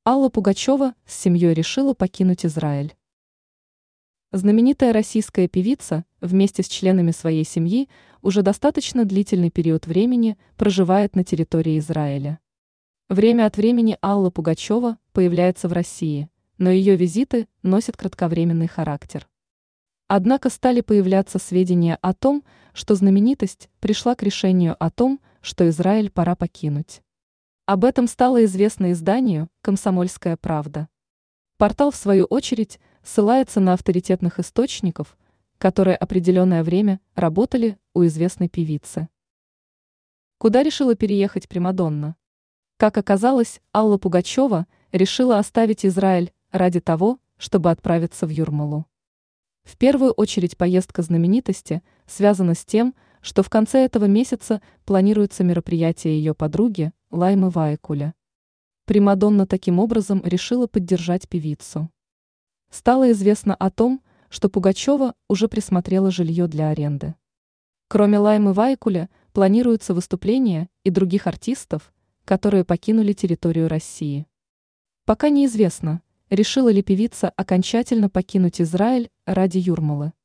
Алла Пугачева с семьей решила покинуть Израиль. Знаменитая российская певица вместе с членами своей семьи уже достаточно длительный период времени проживает на территории Израиля. Время от времени Алла Пугачева появляется в России, но ее визиты носят кратковременный характер. Однако стали появляться сведения о том, что знаменитость пришла к решению о том, что Израиль пора покинуть. Об этом стало известно изданию «Комсомольская правда». Портал, в свою очередь, ссылается на авторитетных источников, которые определенное время работали у известной певицы. Куда решила переехать примадонна? Как оказалось, Алла Пугачева решила оставить Израиль ради того, чтобы отправиться в Юрмалу. В первую очередь поездка знаменитости связана с тем, что в конце этого месяца планируется мероприятие ее подруги Лаймы Вайкуля. Примадонна таким образом решила поддержать певицу. Стало известно о том, что Пугачева уже присмотрела жилье для аренды. Кроме Лаймы Вайкуля планируются выступления и других артистов, которые покинули территорию России. Пока неизвестно, решила ли певица окончательно покинуть Израиль ради Юрмалы.